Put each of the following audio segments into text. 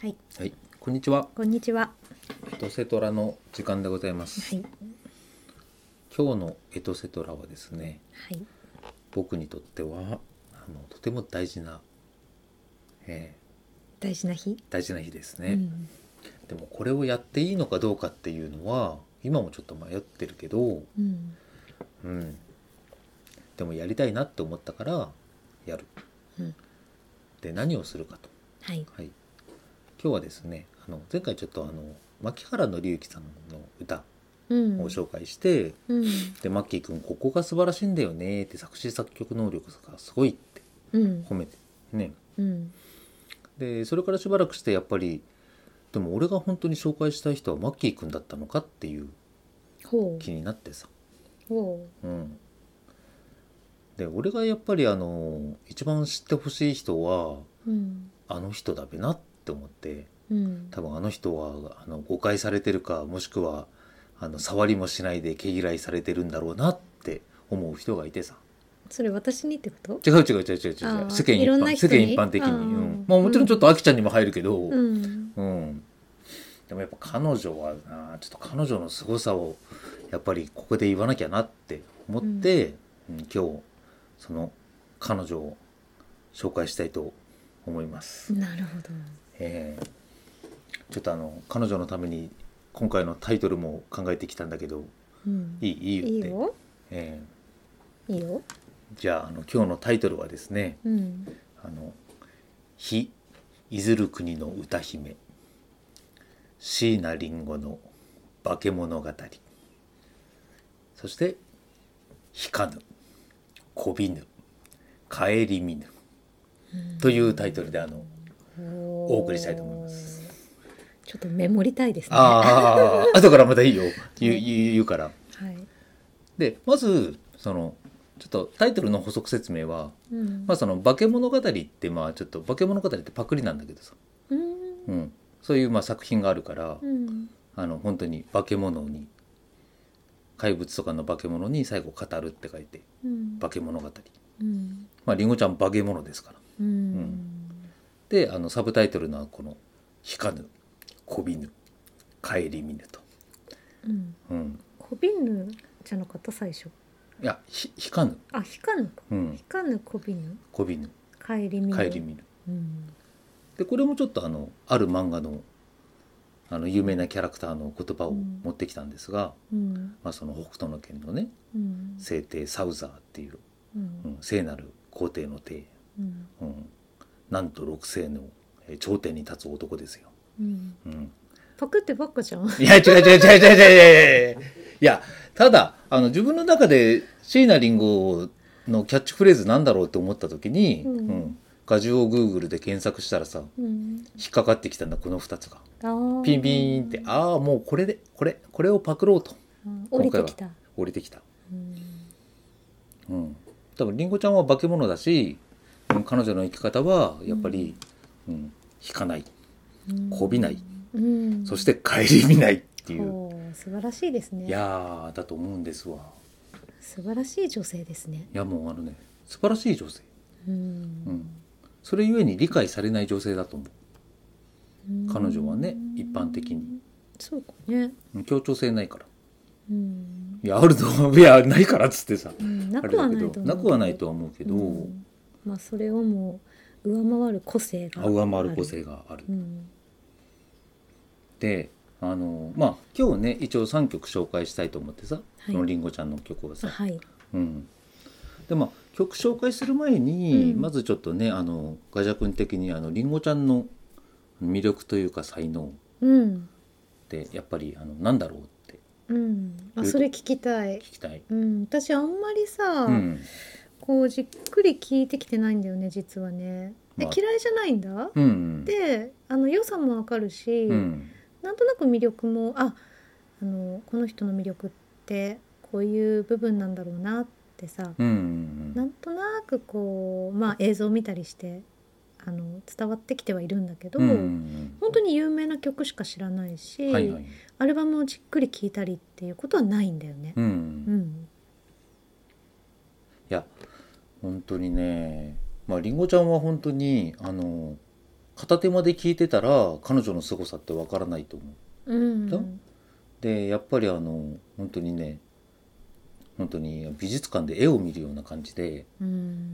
はい、 はい、こんにちは。 こんにちは。 エトセトラの時間でございます。 はい、 今日のエトセトラはですね、 はい、 僕にとってはとても大事な、 大事な日。 大事な日ですね。 うん、 でもこれをやっていいのかどうかっていうのは今もちょっと迷ってるけど、 うん、 うん、でもやりたいなって思ったからやる。 うん、 で、何をするかと。 はい、 はい、今日はですね、前回ちょっと牧原紀之さんの歌うん、 を紹介して、 うん、 でマッキー君ここが素晴らしいんだよねって作詞作曲能力がすごいってうん、 褒めてね。 うん、 でそれからしばらくしてやっぱりでも俺が本当に紹介したい人はマッキー君だったのかっていうほ気になってさ、 う、ほうん、で俺がやっぱり一番知ってほしい人はう、うん、 あの人だべなって思って、 うん、 多分あの人は誤解されてるか、もしくは触りもしないで毛嫌いされてるんだろうなって思う人がいてさ。 それ私にってこと？ 違う違う違う違う違う、世間いろんな一般、世人に、 間一般的に、まあもちろんちょっとああきちゃんにも入るけど、 うん、 でもやっぱ彼女はな、ちょっと彼女の凄さをやっぱりここで言わなきゃなって思って、今日その彼女を紹介したいと思います。 なるほど。 ちょっと彼女のために今回のタイトルも考えてきたんだけど、 うん、 いい言って。 いいよ、 えいいよ。 じゃあ今日のタイトルはですね、 うん、 日いずる国の歌姫、椎名林檎の化け物語、そして引かぬ、こびぬ、顧みぬというタイトルでお送りしたいと思います。 ちょっとメモりたいですね。 ああ、後からまたいいよ、言うから。 はい。 でまずちょっとタイトルの補足説明は、 うん、 まあその化け物語って、まあちょっと化け物語ってパクリなんだけどさ、 うん、 そういうまあ作品があるから、 うん、 本当に化け物に、怪物とかの化け物に最後語るって書いてうん、 化け物語、 うん、 まありんごちゃん化け物ですから、 うん、 でサブタイトルのこの引かぬ、こびぬ、顧みぬと、 うん、こびぬじゃなかった最初。 いや引かぬ、 あ、引かぬか、引かぬこびぬ、 こびぬ、 顧みぬ、 顧みぬ、でこれもちょっとある漫画の有名なキャラクターの言葉を持ってきたんですが、まあ、その北斗の拳のね、聖帝サウザーっていう、聖なる皇帝の帝、なんと六星の頂点に立つ男ですよ。 パクってばっかじゃん。 いや違う違う違う違う違う違う、いやただ自分の中で椎名林檎のキャッチフレーズなんだろうって思った時に、画像を Google で検索したらさ、引っかかってきたんだこの2つが。ピンピンって、もうこれでこれをパクろうと。 降りてきた。 降りてきた。多分りんごちゃんは化け物だし、彼女の生き方はやっぱり、引かない、こびない、そして顧みないっていう。 素晴らしいですね。 いやだと思うんですわ。 素晴らしい女性ですね。 いやもう素晴らしい女性。それゆえに理解されない女性だと思う。彼女はね、一般的にそうかね、 協調性ないから、いやあるの、いやないからっつってさ、 なくはないと思う、 なくはないとは思うけど、 まあそれをもう上回る個性がある。 上回る個性がある、でまあ今日ね一応3曲紹介したいと思ってさ、そのりんごちゃんの曲をさ、でまあ曲紹介する前に、まずちょっとねガジャ君的にりんごちゃんの魅力というか才能ってやっぱりなんだろうって、 それ聞きたい。私あんまりさ、こうじっくり聞いてきてないんだよね実はね。嫌いじゃないんだ、で良さもわかるし、なんとなく魅力もこの人の魅力ってこういう部分なんだろうなってさ、なんとなくこう映像を見たりして伝わってきてはいるんだけど、本当に有名な曲しか知らないし、アルバムをじっくり聴いたりっていうことはないんだよね。 いや本当にね、りんごちゃんは本当に片手間で聞いてたら彼女の凄さってわからないと思う、うん、でやっぱり本当にね本当に美術館で絵を見るような感じで、うん、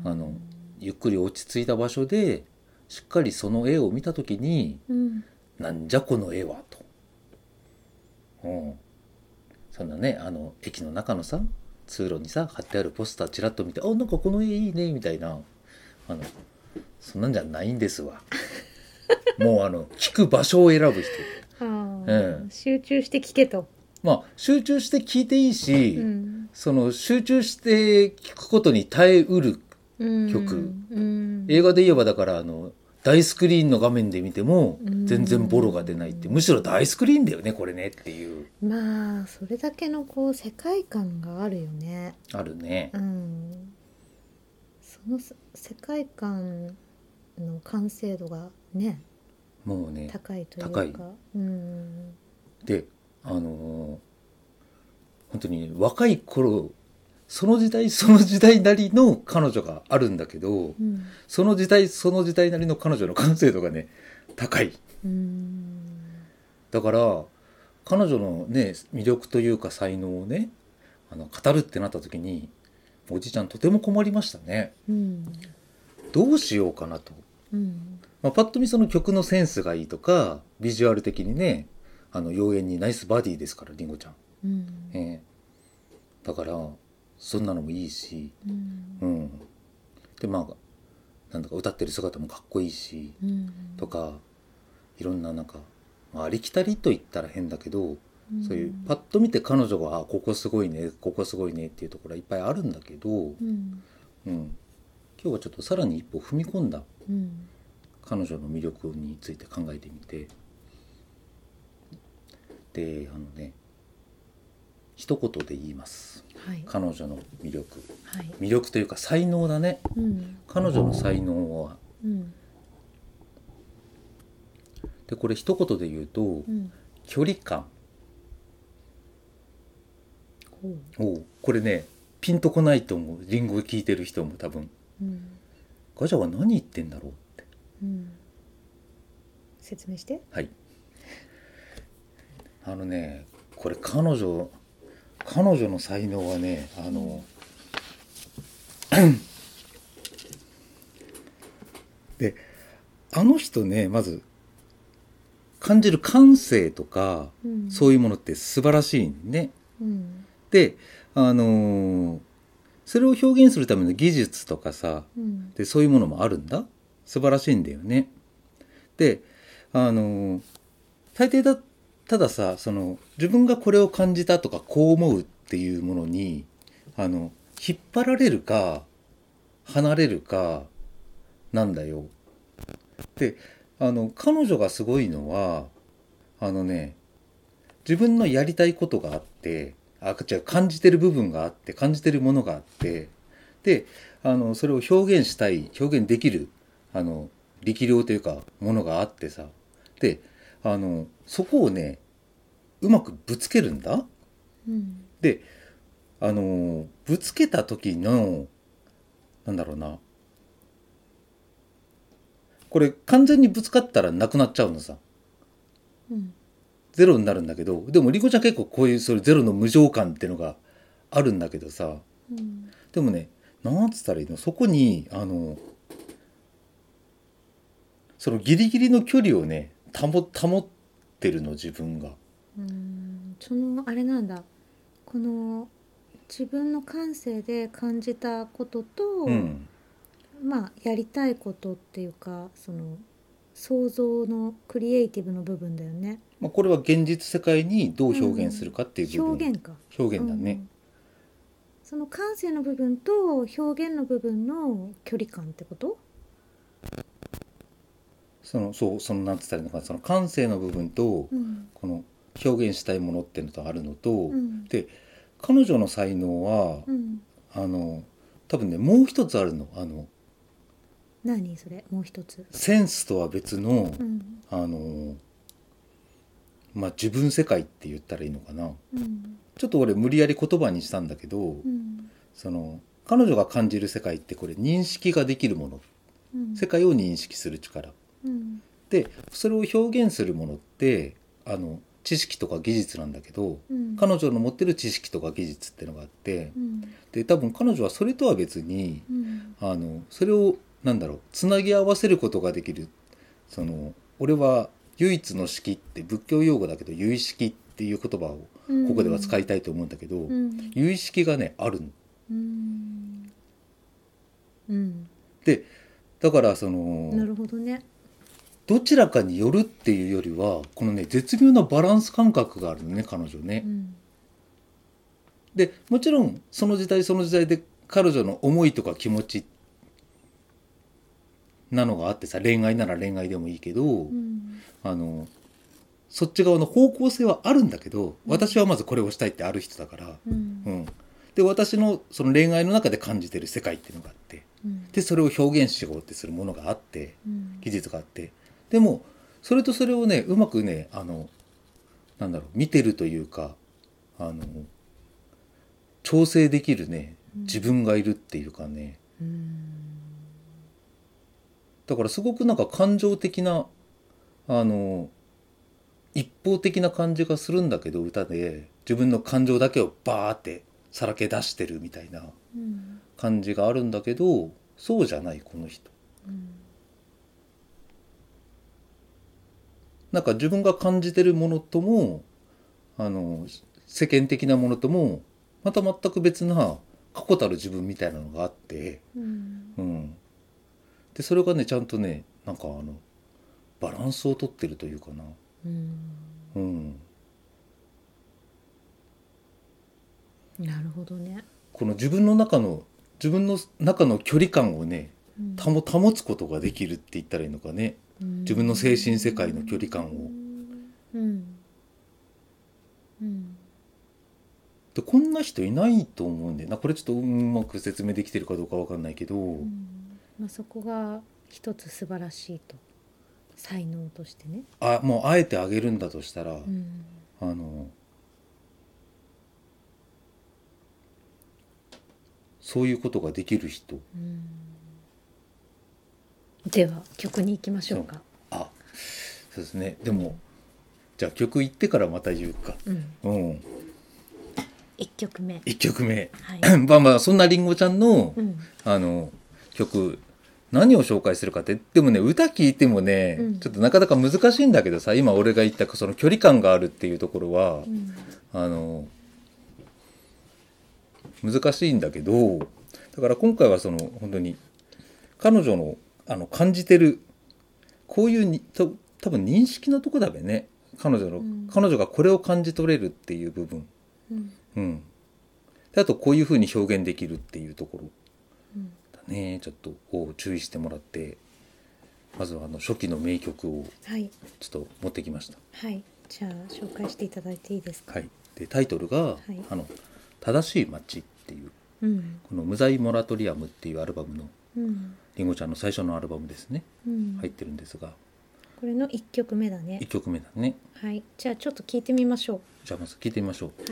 ゆっくり落ち着いた場所でしっかりその絵を見た時に、うん、なんじゃこの絵はと、うん、そんなね駅の中のさ通路にさ貼ってあるポスターちらっと見てなんかこの絵いいねみたいなそんなんじゃないんですわもう聞く場所を選ぶ人、 集中して聞けと。 まあ集中して聞いていいし、うん、その集中して聞くことに耐えうる曲、映画で言えばだから大スクリーンの画面で見ても全然ボロが出ないって、むしろ大スクリーンだよねこれねっていう。 まあそれだけのこう世界観があるよね。 あるね、うん、 その世界観の完成度がねもうね高いというか、高い、うん、 で本当に若い頃その時代その時代なりの彼女があるんだけど、うん、その時代その時代なりの彼女の完成度がね高い。だから彼女のね魅力というか才能をね語るってなった時におじいちゃんとても困りましたね、うん、どうしようかなと、うんパッと見その曲のセンスがいいとかビジュアル的にね妖艶にナイスバディですからりんごちゃん、うんだからそんなのもいいし、うんでまあなんだか歌ってる姿もかっこいいし、とかいろんななんか、ありきたりと言ったら変だけど、そういうパッと見て彼女がここすごいねここすごいねっていうところはいっぱいあるんだけど、今日はちょっとさらに一歩踏み込んだ、彼女の魅力について考えてみて、で一言で言います、はい、彼女の魅力、はい、魅力というか才能だね、彼女の才能は、でこれ一言で言うと、距離感。これねピンとこないと思う。リンゴを聞いてる人も多分、ガジャは何言ってんだろうって、 説明して。 はい、これ彼女の才能はねで人ねまず感じる感性とか、そういうものって素晴らしいね、でそれを表現するための技術とかさ、でそういうものもあるんだ。素晴らしいんだよね。で大抵たださ自分がこれを感じたとかこう思うっていうものに引っ張られるか離れるかなんだよ。で彼女がすごいのは自分のやりたいことがあって感じてる部分があって感じてるものがあってでそれを表現できる力量というかものがあってさでそこをねうまくぶつけるんだ、でぶつけた時のなんだろうなこれ完全にぶつかったらなくなっちゃうのさ、ゼロになるんだけどでもリコちゃん結構こういうそれゼロの無常感っていうのがあるんだけどさ、でもねなんつったらいいのそこにそのギリギリの距離をね保ってるの自分が。 そのあれなんだこの自分の感性で感じたことと、まあやりたいことっていうかその想像のクリエイティブの部分だよね。 これは現実世界にどう表現するかっていう部分、 表現か表現だね、 その感性の部分と表現の部分の距離感ってこと？ そのなんて言ったらいいのかなその感性の部分と、この表現したいものっていうのとあるのと、で彼女の才能は、多分ねもう一つあるの何それもう一つセンスとは別の、自分世界って言ったらいいのかな、ちょっと俺無理やり言葉にしたんだけど、彼女が感じる世界ってこれ認識ができるもの、世界を認識する力、 でそれを表現するものって知識とか技術なんだけど、彼女の持ってる知識とか技術っていうのがあって、で多分彼女はそれとは別に、それをつなぎ合わせることができる。俺は唯一の式って仏教用語だけど唯式っていう言葉をここでは使いたいと思うんだけど、唯式がねある。でだからなるほどね。 どちらかによるっていうよりはこのね絶妙なバランス感覚があるのね彼女ね。でもちろんその時代その時代で彼女の思いとか気持ちなのがあってさ、恋愛なら恋愛でもいいけど、そっち側の方向性はあるんだけど、私はまずこれをしたいってある人だから、で私のその恋愛の中で感じてる世界っていうのがあって、でそれを表現しようってするものがあって、技術があって、でもそれとそれをねうまくね見てるというか調整できるね自分がいるっていうかね、だからすごく感情的な一方的な感じがするんだけど、歌で自分の感情だけをバーってさらけ出してるみたいな感じがあるんだけど、そうじゃないこの人。自分が感じてるものとも世間的なものともまた全く別な確固たる自分みたいなのがあって、でそれがねちゃんとねバランスをとってるというかな。 なるほどね。 この自分の中の距離感をね保つことができるって言ったらいいのかね。自分の精神世界の距離感を。でこんな人いないと思うんでこれちょっとうまく説明できてるかどうか分かんないけど、 そこが一つ素晴らしいと、才能としてね。 もうあえてあげるんだとしたら、そういうことができる人。 では曲に行きましょうか。 そうですね。でも、じゃあ曲行ってからまた言うか。1 曲目、 はい、そんなりんごちゃんの、曲何を紹介するかって、でもね歌聴いてもね、ちょっとなかなか難しいんだけどさ、今俺が言ったその距離感があるっていうところは、難しいんだけど、だから今回は本当に彼女の感じてるこういう多分認識のとこだべね、彼女がこれを感じ取れるっていう部分、であとこういうふうに表現できるっていうところだね。ちょっと注意してもらって、まずは初期の名曲をちょっと持ってきました。 はい、じゃあ紹介していただいていいですか。 はい、でタイトルが、正しい街っていう、この無罪モラトリアムっていうアルバムの、りんごちゃんの最初のアルバムですね、入ってるんですが、 これの1曲目だね。 1曲目だね。 はい、じゃあちょっと聞いてみましょう。 じゃあまず聞いてみましょう。 はい。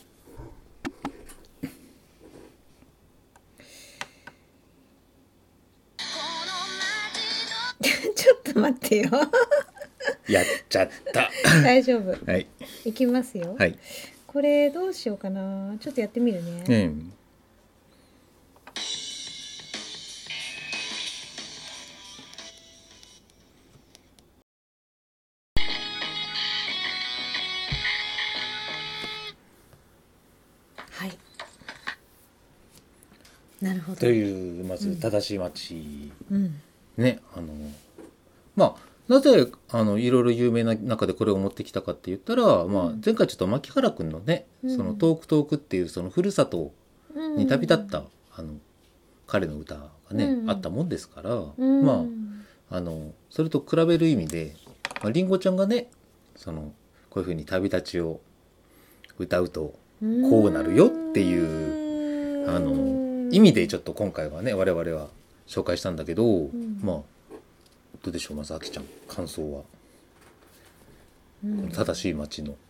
ちょっと待ってよ。 やっちゃった。 大丈夫。 はい。 いきますよ。 はい。 これどうしようかな。ちょっとやってみるね。はい。なるほど。 というまず正しい街、ね、なぜいろいろ有名な中でこれを持ってきたかって言ったら、前回ちょっと牧原君のね、その遠く遠くっていうそのふるさとに旅立った、彼の歌がね、あったもんですから、それと比べる意味で、りんごちゃんがねこういうふうに旅立ちを歌うとこうなるよっていう意味でちょっと今回はね我々は紹介したんだけど、どうでしょう、まずあきちゃん感想は、正しい街の。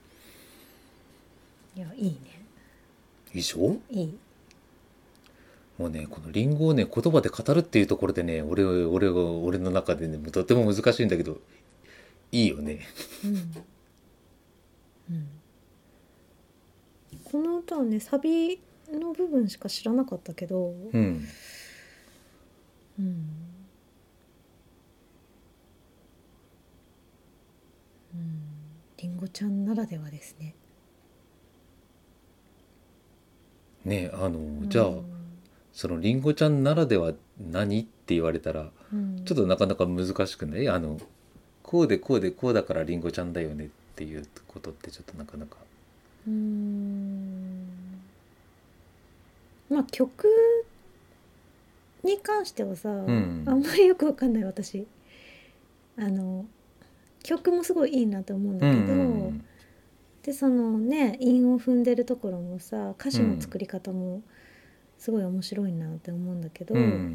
いや、いいね。 いいでしょ。 いい。 もうねこのリンゴをね言葉で語るっていうところでね俺の中でねとても難しいんだけどいいよね。 うんうん、この歌はねサビの部分しか知らなかったけど、 うんうん、りんごちゃんならではですね。 ねじゃあそのりんごちゃんならでは何って言われたら、ちょっとなかなか難しくない？こうでこうでこうだからりんごちゃんだよねっていうことってちょっとなかなか。 まあ曲に関してはさ、 うん、 あんまりよくわかんない私。曲もすごいいいなと思うんだけど、でそのね韻を踏んでるところもさ歌詞の作り方もすごい面白いなって思うんだけど、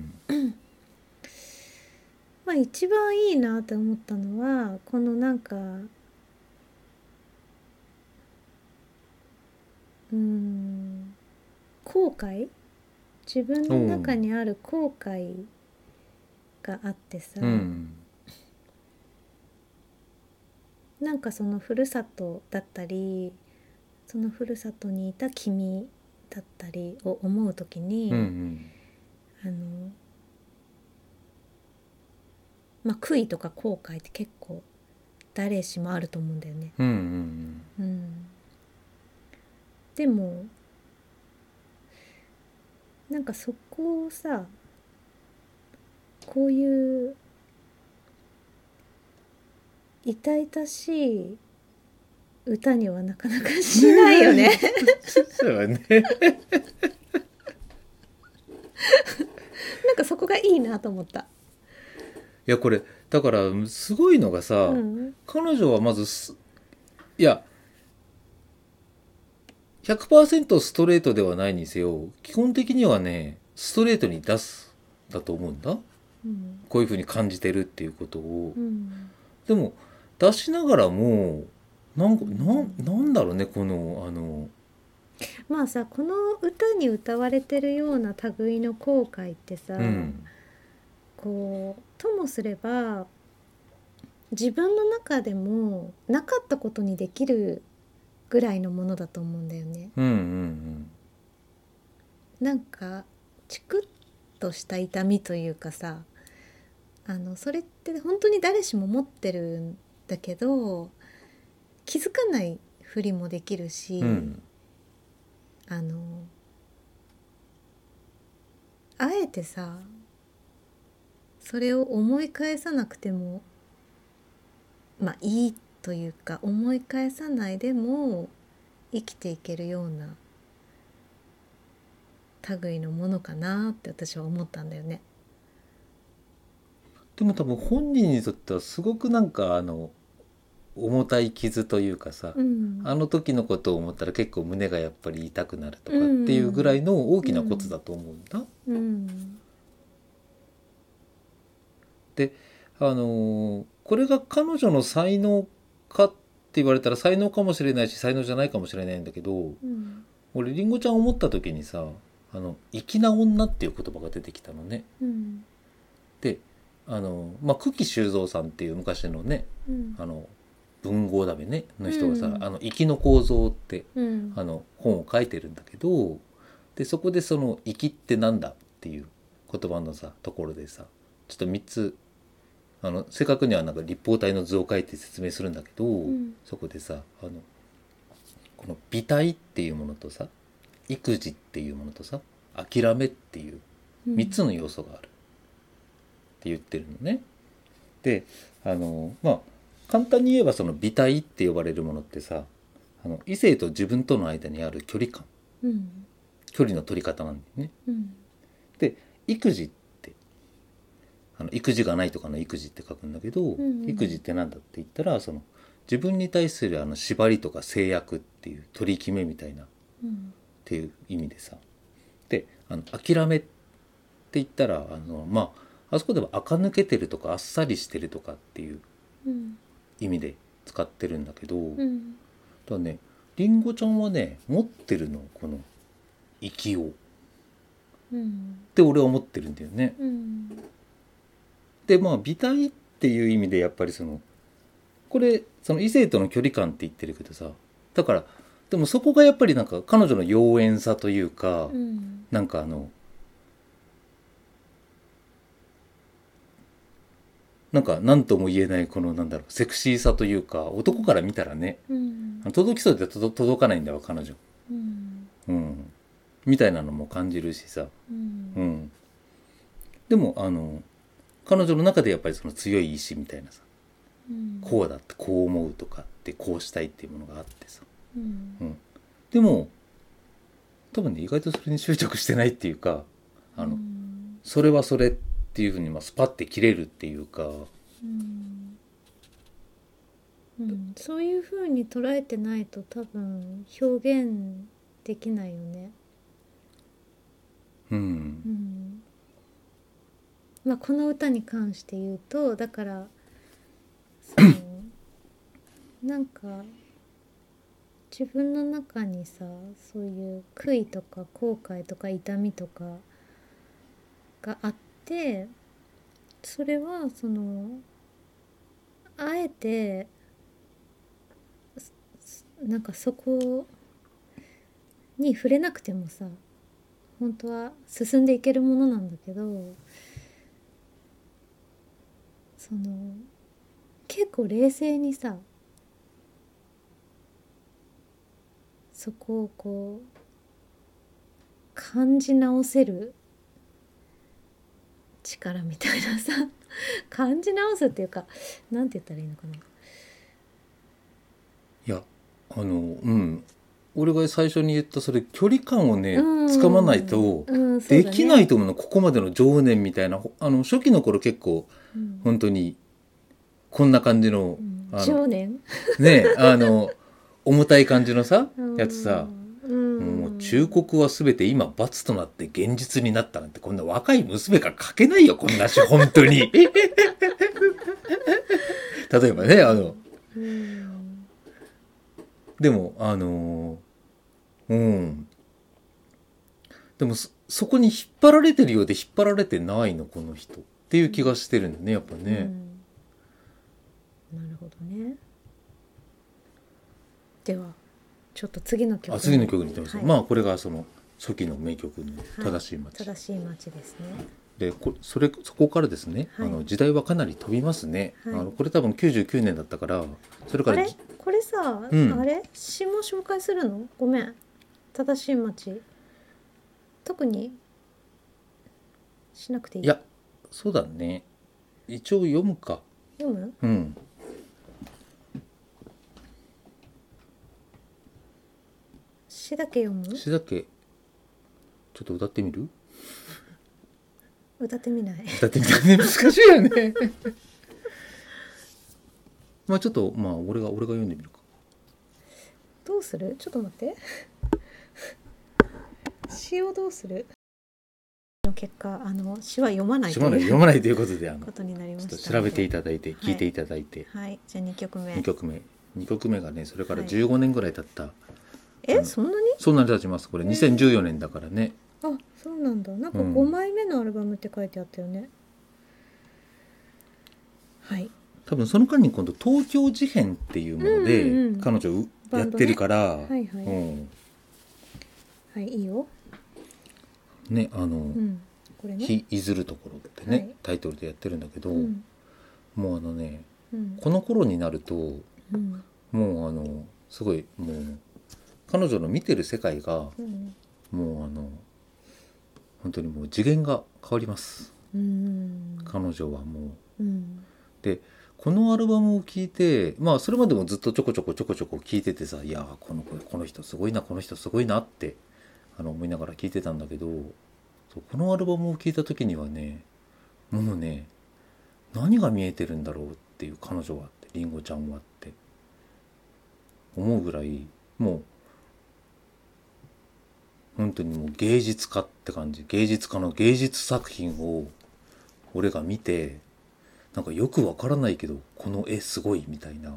まあ一番いいなって思ったのはこのなんか後悔、自分の中にある後悔があってさ、なんかそのふるさとだったりそのふるさとにいた君だったりを思うときに、まあ悔いとか後悔って結構誰しもあると思うんだよね。でもなんかそこをさこういう痛々しい歌にはなかなかしないよね。 そうね。 なんかそこがいいなと思った。 いやこれだからすごいのがさ、彼女はまずいや 100% ストレートではないにせよ基本的にはねストレートに出すだと思うんだ、こういうふうに感じてるっていうことを、でも出しながらもなんだろうねこのまあさこの歌に歌われてるような類の後悔ってさ、こうともすれば自分の中でもなかったことにできるぐらいのものだと思うんだよね。なんかチクッとした痛みというかさそれって本当に誰しも持ってるんだけど気づかないふりもできるし、あえてさそれを思い返さなくてもまあいいというか思い返さないでも生きていけるような類のものかなって私は思ったんだよね。 でも多分本人にとってはすごくなんか重たい傷というかさ、あの時のことを思ったら結構胸がやっぱり痛くなるとかっていうぐらいの大きなことだと思うんだ。でこれが彼女の才能かって言われたら才能かもしれないし才能じゃないかもしれないんだけど、俺りんごちゃん思った時にさ粋な女っていう言葉が出てきたのね。で久喜修造さんっていう昔のね、文豪だべねの人がさ「粋の構造」って、本を書いてるんだけど、でそこでその「粋ってなんだ?」っていう言葉のさところでさちょっと3つ正確にはなんか立方体の図を書いて説明するんだけど、そこでさこの美体っていうものとさ育児っていうものとさ諦めっていう3つの要素があるって言ってるのね。で簡単に言えばその美体って呼ばれるものってさ異性と自分との間にある距離感、距離の取り方なんだよね。で育児って育児がないとかの育児って書くんだけど、育児って何だって言ったらその自分に対する縛りとか制約っていう取り決めみたいな、っていう意味でさ、で諦めって言ったらあそこでは垢抜けてるとかあっさりしてるとかっていう意味で使ってるんだけど、だねりんごちゃんはね持ってるのこの粋を。 って俺は思ってるんだよね。でまあ美体っていう意味でやっぱりこれその異性との距離感って言ってるけどさ、だからでもそこがやっぱりなんか彼女の妖艶さというか、なんかなんか何とも言えないこのなんだろうセクシーさというか、男から見たらね、届きそうで届かないんだわ彼女、みたいなのも感じるしさ、でも彼女の中でやっぱりその強い意志みたいなさ、こうだってこう思うとかってこうしたいっていうものがあってさ、でも多分ね意外とそれに執着してないっていうか、それはそれっていうふうにスパッて切れるっていうか、 そういうふうに捉えてないと多分表現できないよね。この歌に関して言うとだからなんか自分の中にさそういう悔いとか後悔とか痛みとかがあって、それはあえてなんかそこに触れなくてもさ本当は進んでいけるものなんだけど、結構冷静にさそこをこう感じ直せる力みたいなさ感じ直すっていうかなんて言ったらいいのかな。 いや俺が最初に言ったそれ距離感をねつかまないとできないと思うの、ここまでの情念みたいな。初期の頃結構本当にこんな感じの情念ね重たい感じのさやつさ、もう忠告は全て今罰となって現実になったなんてこんな若い娘が書けないよこんな詩本当に例えばねでもでもそこに引っ張られてるようで引っ張られてないのこの人っていう気がしてるんだねやっぱね、 なるほどね。ではちょっと次の曲に行ってます、まあこれがその初期の名曲の正しい街、 正しい街ですね。 でそこからですね、時代はかなり飛びますね、これ多分99年だったから、それからこれさ、あれ詩も紹介するの？ごめん、正しい街特にしなくていい？ いやそうだね、一応読むか。 読む？詩だけ読む？ 詩だけちょっと歌ってみる？ 歌ってみない？ 歌ってみたね、難しいよねまあちょっと俺が読んでみるか。 どうする？ちょっと待って詩をどうする？の結果詩は読まないということでことになりました。 ちょっと調べていただいて聞いていただいて、 じゃあ2曲目がね、それから15年ぐらい経った、 そんなに経ちます。これ2014年だからね。 あ、そうなんだ。なんか5枚目のアルバムって書いてあったよね。 多分その間に今度東京事変っていうもので、彼女やってるから、 いいよね、 これね、 日いずるところってね、タイトルでやってるんだけど、もうこの頃になると、もうすごいもう彼女の見てる世界が、もう本当にもう次元が変わります、彼女はもう、でこのアルバムを聴いて、それまでもずっとちょこちょこ聴いててさ、いやこの人すごいな、この人すごいなって思いながら聴いてたんだけど、このアルバムを聴いた時にはね、もうね、何が見えてるんだろうっていう、彼女はってりんごちゃんはって思うぐらい、もう本当にもう芸術家って感じ。芸術家の芸術作品を俺が見て、なんかよくわからないけどこの絵すごいみたいな、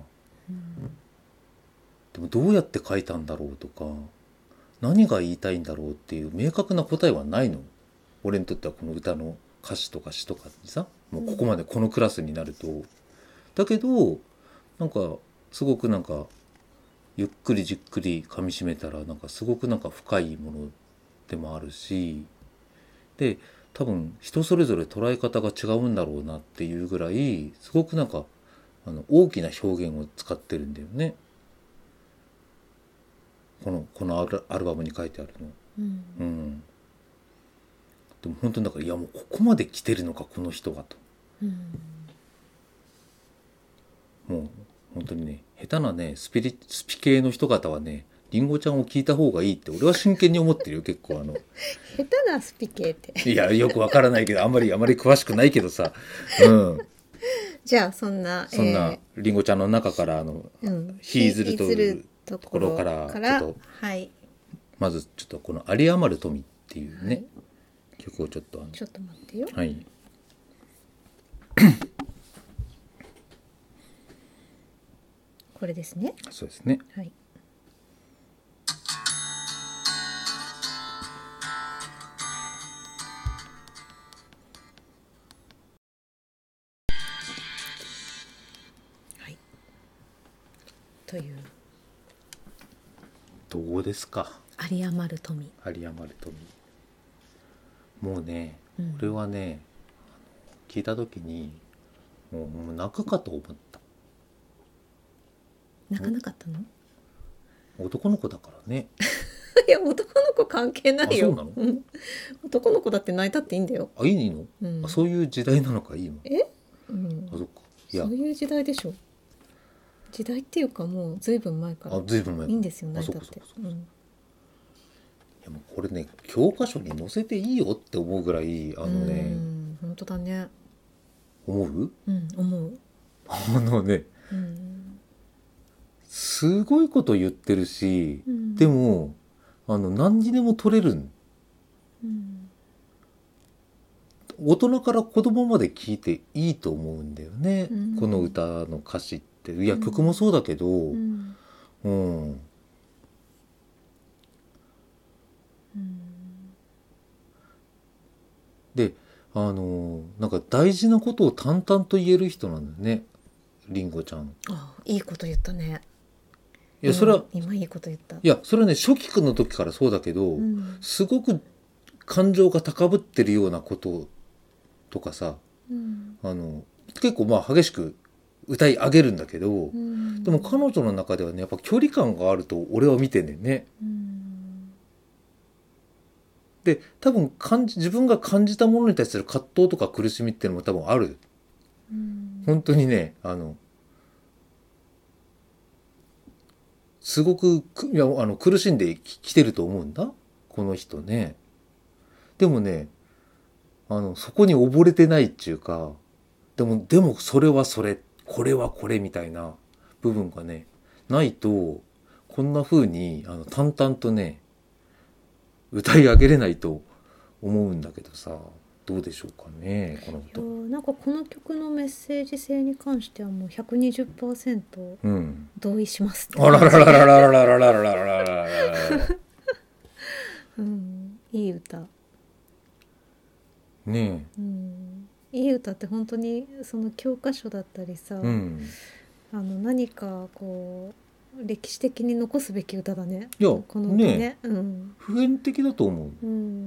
でもどうやって描いたんだろうとか、何が言いたいんだろうっていう明確な答えはないの。 俺にとってはこの歌の歌詞とか詩とかにさ、もうここまでこのクラスになると、だけどなんかすごくなんかゆっくりじっくり噛みしめたらなんかすごくなんか深いものでもあるし、で多分人それぞれ捉え方が違うんだろうなっていうぐらいすごくなんか大きな表現を使ってるんだよね、このアルバムに書いてあるの。うん、でも本当にだから、いやもうここまで来てるのかこの人がと、もう本当にね、下手なねスピ系の人方はね、りんごちゃんを聞いた方がいいって俺は真剣に思ってるよ。結構下手なスピ系っていやよくわからないけど、あんまり詳しくないけどさ、 じゃあそんなりんごちゃんの中からヒーズルというところからちょっと、 はい、 まずちょっとこの「有り余る富」っていうね、曲をちょっと待ってよ。 はい。 これですね。 そうですね。 はい。はい。という。 どうですか。 有り余る富。 有り余る富。もうね、俺はね、聞いた時にもう泣くかと思った。 泣かなかったの？ 男の子だからね。 いや男の子関係ないよ。 あ、そうなの？ 男の子だって泣いたっていいんだよ。 あ、いいの？あ、そういう時代なのか。いいの？あ、そっか。 いや、そういう時代でしょ。時代っていうかもうずいぶん前から。 あ、ずいぶん前。 いいんですよ、泣いたって。 いやもうこれね、教科書に載せていいよって思うぐらい本当だね。 思う？ 思う。 ね、すごいこと言ってるし、でも何にでも取れる大人から子供まで聞いていいと思うんだよね、この歌の歌詞って。いや曲もそうだけど、でなんか大事なことを淡々と言える人なんだよね、りんごちゃん。 あ、いいこと言ったね。 いやそれは今いいこと言った。いやそれはね、初期くんの時からそうだけど、すごく感情が高ぶってるようなこととかさ、結構まあ激しく歌い上げるんだけど、でも彼女の中ではね、やっぱ距離感があると俺は見てんねんね。で多分自分が感じたものに対する葛藤とか苦しみっていうのも多分ある。本当にね、すごく苦しんできてると思うんだこの人ね。でもね、そこに溺れてないっていうか、でもそれはそれ、これはこれみたいな部分がねないと、こんな風に淡々とね歌い上げれないと思うんだけどさ、どうでしょうかね、この歌。 なんかこの曲のメッセージ性に関してはもう 120% 同意しますって。 あらららららららららららら。 いい歌ねえ。いい歌って本当にその教科書だったりさ、何かこう歴史的に残すべき歌だね。 いやこの歌ね、 普遍的だと思う。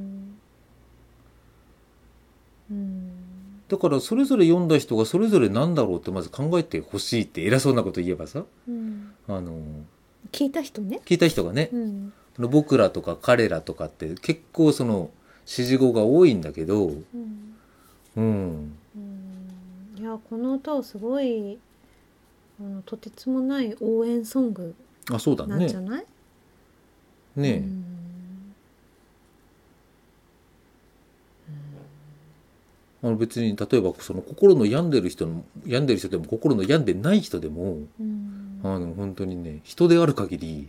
だからそれぞれ読んだ人がそれぞれなんだろうってまず考えてほしいって偉そうなこと言えばさ、聞いた人ね、 聞いた人がね、僕らとか彼らとかって結構その指示語が多いんだけど、 いやこの歌はすごいとてつもない応援ソングなんじゃない？ ねえ、別に例えばその心の病んでる人でも心の病んでない人でも、本当にね、人である限り、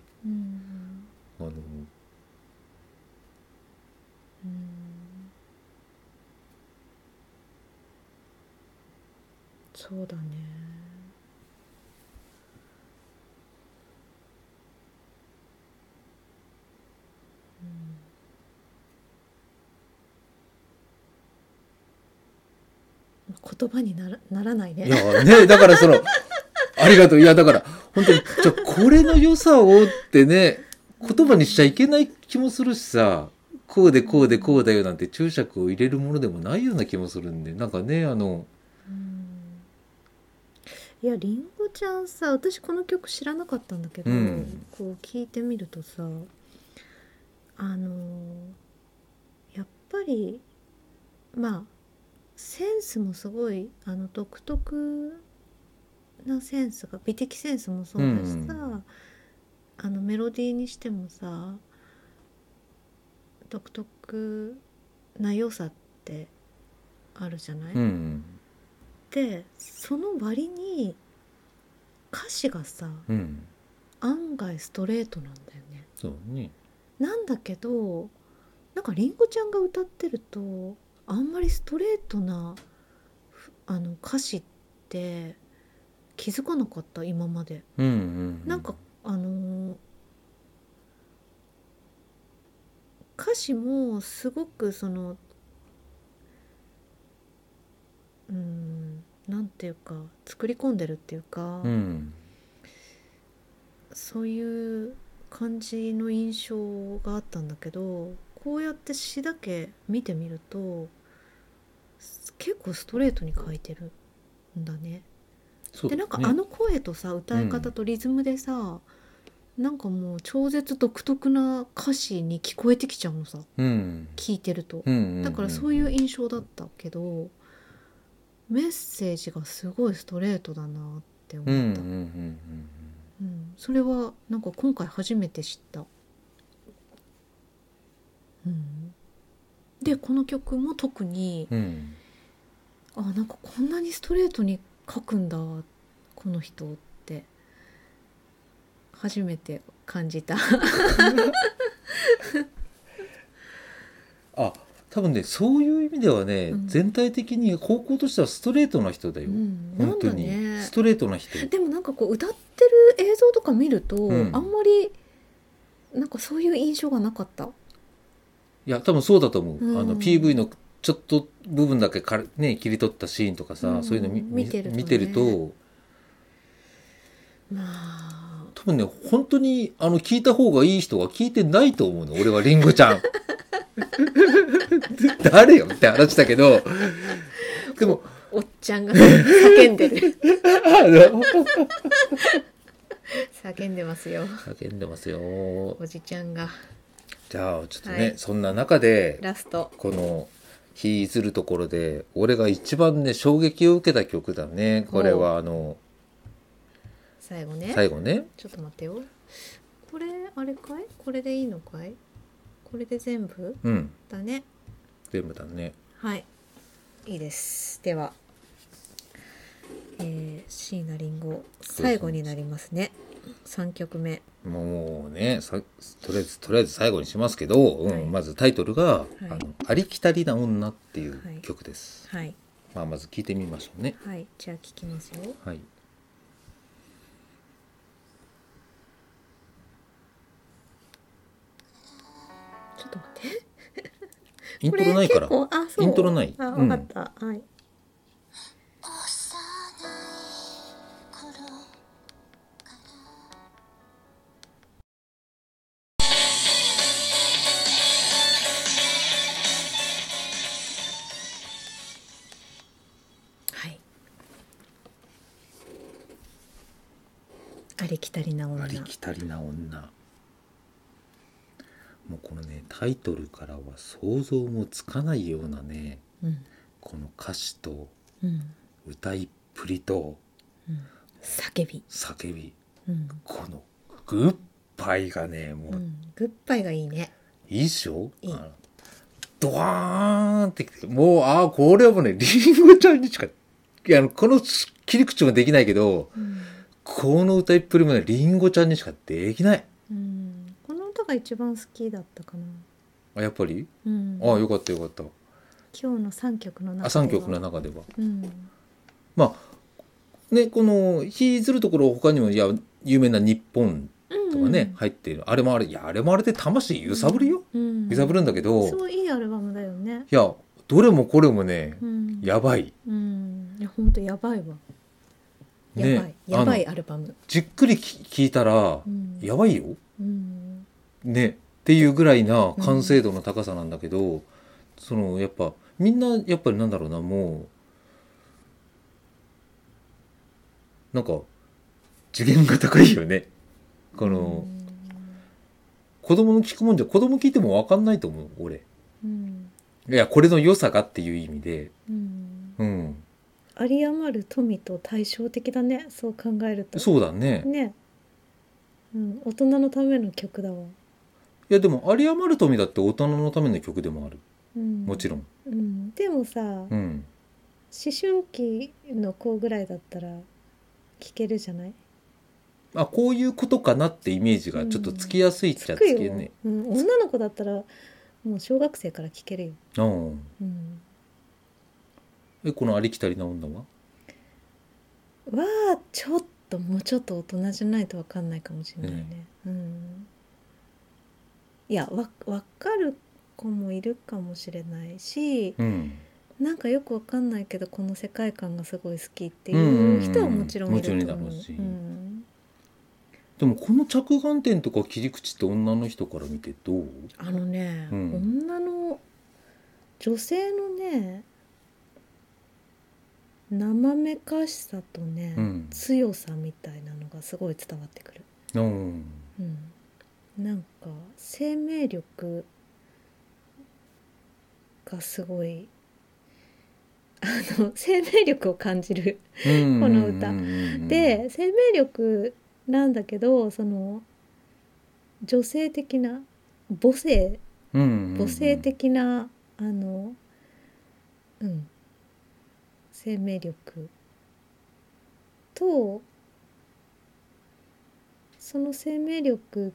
そうだね。 言葉にならないね。 いやね、だからありがとう。いやだから本当にこれの良さをってね言葉にしちゃいけない気もするしさ、こうでこうでこうだよなんて注釈を入れるものでもないような気もするんで、なんかねいやりんごちゃんさ、私この曲知らなかったんだけど、こう聞いてみるとさ、やっぱりまあセンスもすごい独特なセンスが、美的センスもそうだしさ、メロディーにしてもさ独特な良さってあるじゃない、でその割に歌詞がさ、案外ストレートなんだよね。 そうね。 なんだけどなんかりんごちゃんが歌ってるとあんまりストレートな歌詞って気づかなかった今まで。なんか歌詞もすごくなんていうか作り込んでるっていうか、そういう感じの印象があったんだけど、こうやって詩だけ見てみると結構ストレートに書いてるんだね。でなんか声とさ歌い方とリズムでさ、なんかもう超絶独特な歌詞に聞こえてきちゃうのさ、聞いてると、だからそういう印象だったけど、メッセージがすごいストレートだなって思った。それはなんか今回初めて知った。でこの曲も特に、なんかこんなにストレートに書くんだこの人って初めて感じた。 多分ねそういう意味ではね、全体的に方向としてはストレートな人だよ、本当にストレートな人。 でもなんかこう歌ってる映像とか見ると、あんまりなんかそういう印象がなかった。 いや多分そうだと思う、PV のちょっと部分だけね、切り取ったシーンとかさ、そういうの見てると多分ね本当に聞いた方がいい人は聞いてないと思うの、俺はりんごちゃん。誰よって話だけど、でもおっちゃんが叫んでる。叫んでますよ。 叫んでますよ。 おじちゃんが。 じゃあちょっとね、そんな中でラストこの日ずるところで俺が一番ね衝撃を受けた曲だね。これは最後ねちょっと待ってよ。これあれかい、これでいいのかい、これで全部、だね。 全部だね。 はい、いいです。では、椎名林檎最後になりますね。3曲目。 もうねとりあえず最後にしますけど、まずタイトルが、ありきたりな女っていう曲です。まず聞いてみましょうね。 じゃあ聞きますよ。ちょっと待って。 イントロないから。イントロない。 分かった。ありきたりな女。 ありきたりな女。もうこのねタイトルからは想像もつかないようなね、この歌詞と、歌いっぷりと、 叫び、 このグッバイがねもう、 グッバイがいいね。 いいっしょ。ドワーンってきて、もうこれはもうねりんごちゃんにしかこの切り口もできないけど、この歌いっぷりもねりんごちゃんにしかできない。 この歌が一番好きだったかな。 やっぱり、よかったよかった。 今日の3曲の中では。 3曲の中では、まあねこの日ずるところ他にも有名な日本とかね、入っているあれもあれで魂揺さぶるよ、揺さぶるんだけど、 すごいいいアルバムだよね。 いやどれもこれもね、やばい。 いやほんとやばいわ。やばいアルバム。 じっくり聞いたら、やばいよ、ねっていうぐらいな完成度の高さなんだけど、そのやっぱみんなやっぱりなんだろうな、もうなんか次元が高いよね。この子供の聞くもんじゃ子供聞いても分かんないと思う俺。いやこれの良さがっていう意味で、 有り余る富と対照的だね、そう考えると。 そうだね。 大人のための曲だわ。 いやでも有り余る富だって大人のための曲でもある、もちろん、 でもさ、思春期の子ぐらいだったら聴けるじゃない。 こういうことかなってイメージがちょっとつきやすいっちゃつけね、 女の子だったらもう小学生から聴けるよ。 このありきたりな女はちょっともうちょっと大人じゃないと分かんないかもしれないね。いや分かる子もいるかもしれないし、なんかよく分かんないけどこの世界観がすごい好きっていう人はもちろんいると思う。もちろんだろうし、でもこの着眼点とか切り口って女の人から見てどう？女の女性のね生めかしさとね、強さみたいなのがすごい伝わってくる。なんか生命力がすごい生命力を感じるこの歌で、生命力なんだけどその女性的な母性的な生命力とその生命力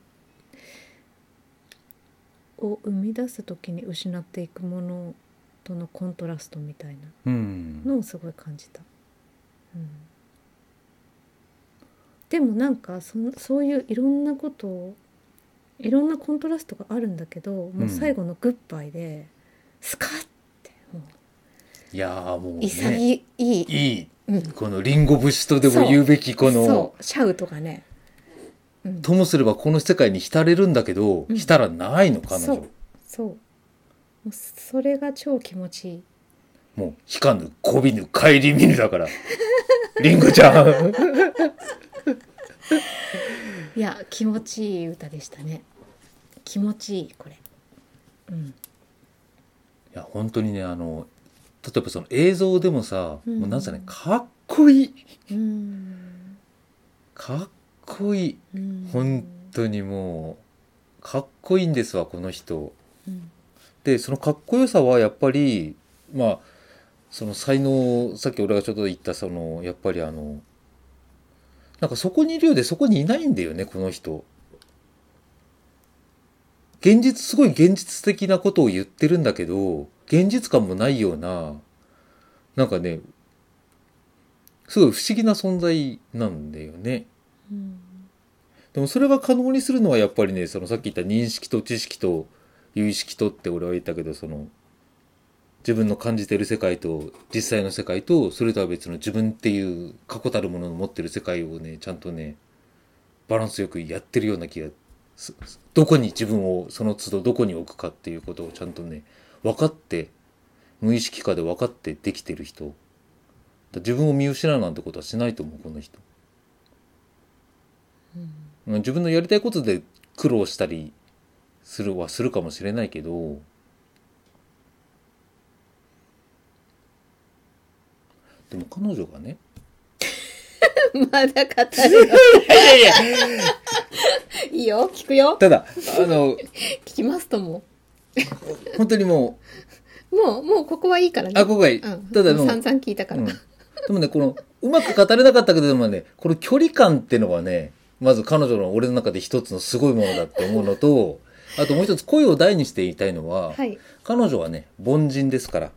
を生み出す時に失っていくものとのコントラストみたいなのをすごい感じた。でもなんかそういういろんなことをいろんなコントラストがあるんだけど、もう最後のグッバイでスカッてもういやもう、ね、潔い、このリンゴ節とでも言うべきこのシャウトがね、ともすればこの世界に浸れるんだけど、浸らないの彼女。そうもうそれが超気持ちいい。もう引かぬこびぬ顧みぬだからリンゴちゃんいや気持ちいい歌でしたね。気持ちいいこれ。いや本当にね例えばその映像でもさ、もうなんすかね、かっこいい、かっこいい、本当にもうかっこいいんですわこの人、でそのかっこよさはやっぱりその才能、さっき俺がちょっと言ったそのやっぱりなんかそこにいるようでそこにいないんだよねこの人。すごい現実的なことを言ってるんだけど現実感もないような、なんかねすごい不思議な存在なんだよね。でもそれが可能にするのはやっぱりね、そのさっき言った認識と知識と有意識とって俺は言ったけど、その自分の感じてる世界と実際の世界とそれとは別の自分っていう確固たるものの持ってる世界をねちゃんとねバランスよくやってるような気が、どこに自分をその都度どこに置くかっていうことをちゃんとね分かって、無意識下で分かってできてる人、自分を見失うなんてことはしないと思うこの人。自分のやりたいことで苦労したりするかもしれないけど、でも彼女がねまだ語るいやいいよ聞くよ。ただ聞きますとも本当にもうここはいいからね。ここはいい、ただ散々聞いたから、でもねこのうまく語れなかったけどもね、この距離感っていうのはねまず彼女の俺の中で一つのすごいものだって思うのと、あともう一つ声を大にして言いたいのは、彼女はね凡人ですから。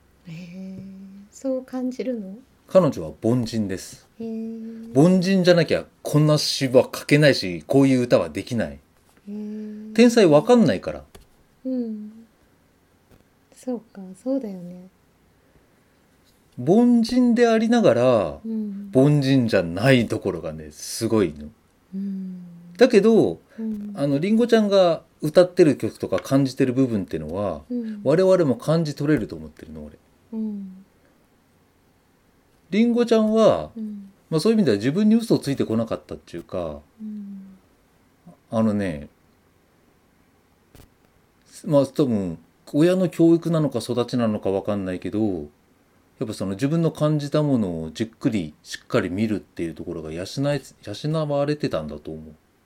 そう感じるの？彼女は凡人です。凡人じゃなきゃこんな詩は書けないし、こういう歌はできない。天才わかんないから。そうか、そうだよね。 凡人でありながら、凡人じゃないところがねすごいの。だけど、りんごちゃんが歌ってる曲とか感じてる部分っていうのは、我々も感じ取れると思ってるの俺。りんごちゃんは、そういう意味では自分に嘘をついてこなかったっていうか、多分親の教育なのか育ちなのか分かんないけど、やっぱその自分の感じたものをじっくりしっかり見るっていうところが養われてたんだと思う。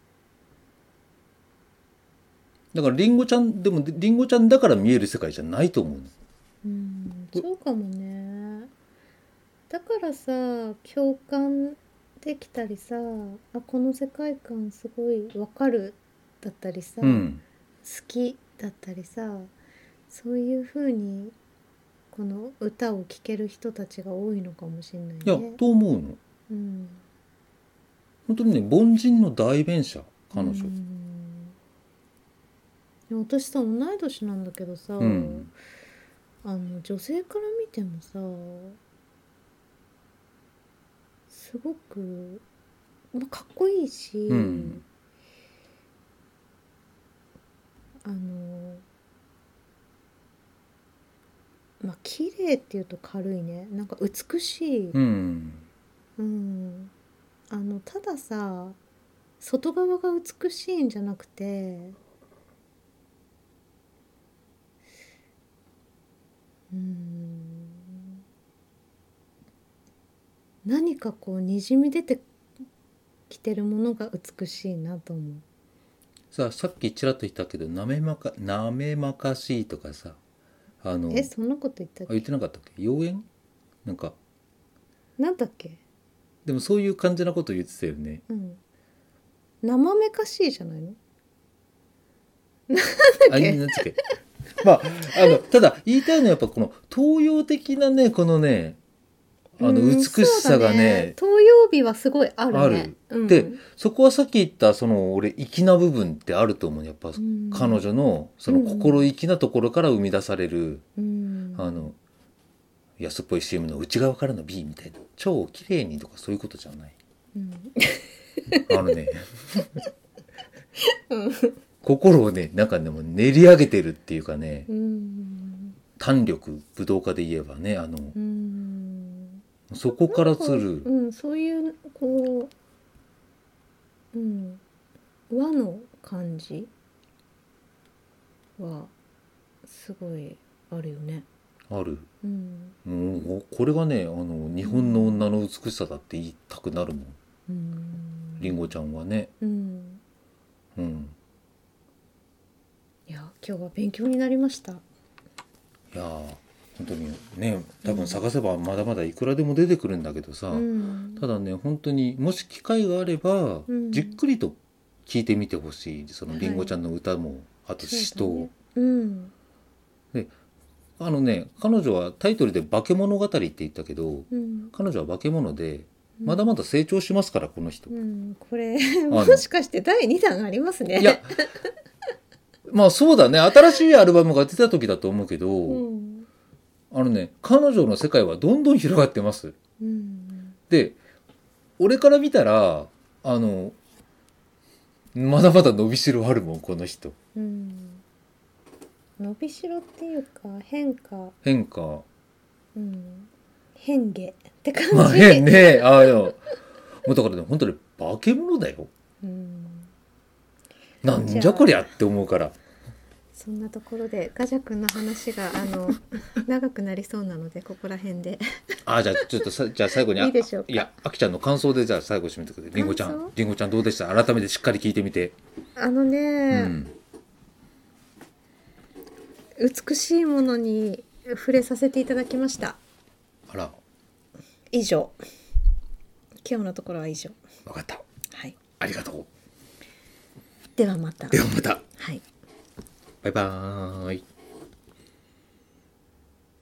だからりんごちゃんだから見える世界じゃないと思う。 そうかもね。だからさ共感できたりさ、この世界観すごいわかるだったりさ、好きだったりさ、そういう風にこの歌を聴ける人たちが多いのかもしれないね。 いやと思うの。本当にね凡人の代弁者彼女。 私さ同い年なんだけどさ、女性から見てもさすごく、かっこいいし、綺麗っていうと軽いね、なんか美しい、たださ外側が美しいんじゃなくて、何かこうにじみ出てきてるものが美しいなと思う。 さっきちらっと言ったけどなめまかしいとかさ、 そんなこと言ったっけ？ 言ってなかったっけ？妖艶なんだっけ？ でもそういう感じなこと言ってたよね。 生めかしいじゃないの？ なんだっけ？ただ言いたいのはやっぱこの東洋的なねこのね美しさがね、 東洋美はすごいあるね。 でそこはさっき言ったその俺粋な部分ってあると思う。やっぱ彼女のその心粋なところから生み出される、安っぽい CM の内側からの美みたいな超綺麗にとかそういうことじゃない。心をねなんかでも練り上げてるっていうかね、弾力武道家で言えばねそこからする、 そういうこう、和の感じはすごいあるよね。 ある。これがね日本の女の美しさだって言いたくなるもん。りんごちゃんはね。 いや今日は勉強になりました。 いや本当にね多分探せばまだまだいくらでも出てくるんだけどさ、ただね本当にもし機会があれば、じっくりと聞いてみてほしい。そのりんごちゃんの歌も、あと詩と、で彼女はタイトルで化け物語って言ったけど、彼女は化け物でまだまだ成長しますからこの人。 これもしかして第2弾ありますね。 いやそうだね、新しいアルバムが出た時だと思うけど、彼女の世界はどんどん広がってます。で俺から見たらまだまだ伸びしろあるもんこの人。 伸びしろっていうか変化、変化って感じ。 変ねもうだからね本当に化け物だよ。なんじゃこりゃって思うから。 そんなところでガジャ君の話が長くなりそうなのでここら辺でじゃあちょっとじゃあ最後にいいでしょうか。 いやあきちゃんの感想でじゃあ最後締めてくれ。りんごちゃんどうでした？改めてしっかり聞いてみて。 美しいものに触れさせていただきました。 あら以上、今日のところは以上。 分かった。 はい、 ありがとう。 ではまた。 はい。 はい。 バイバーイ。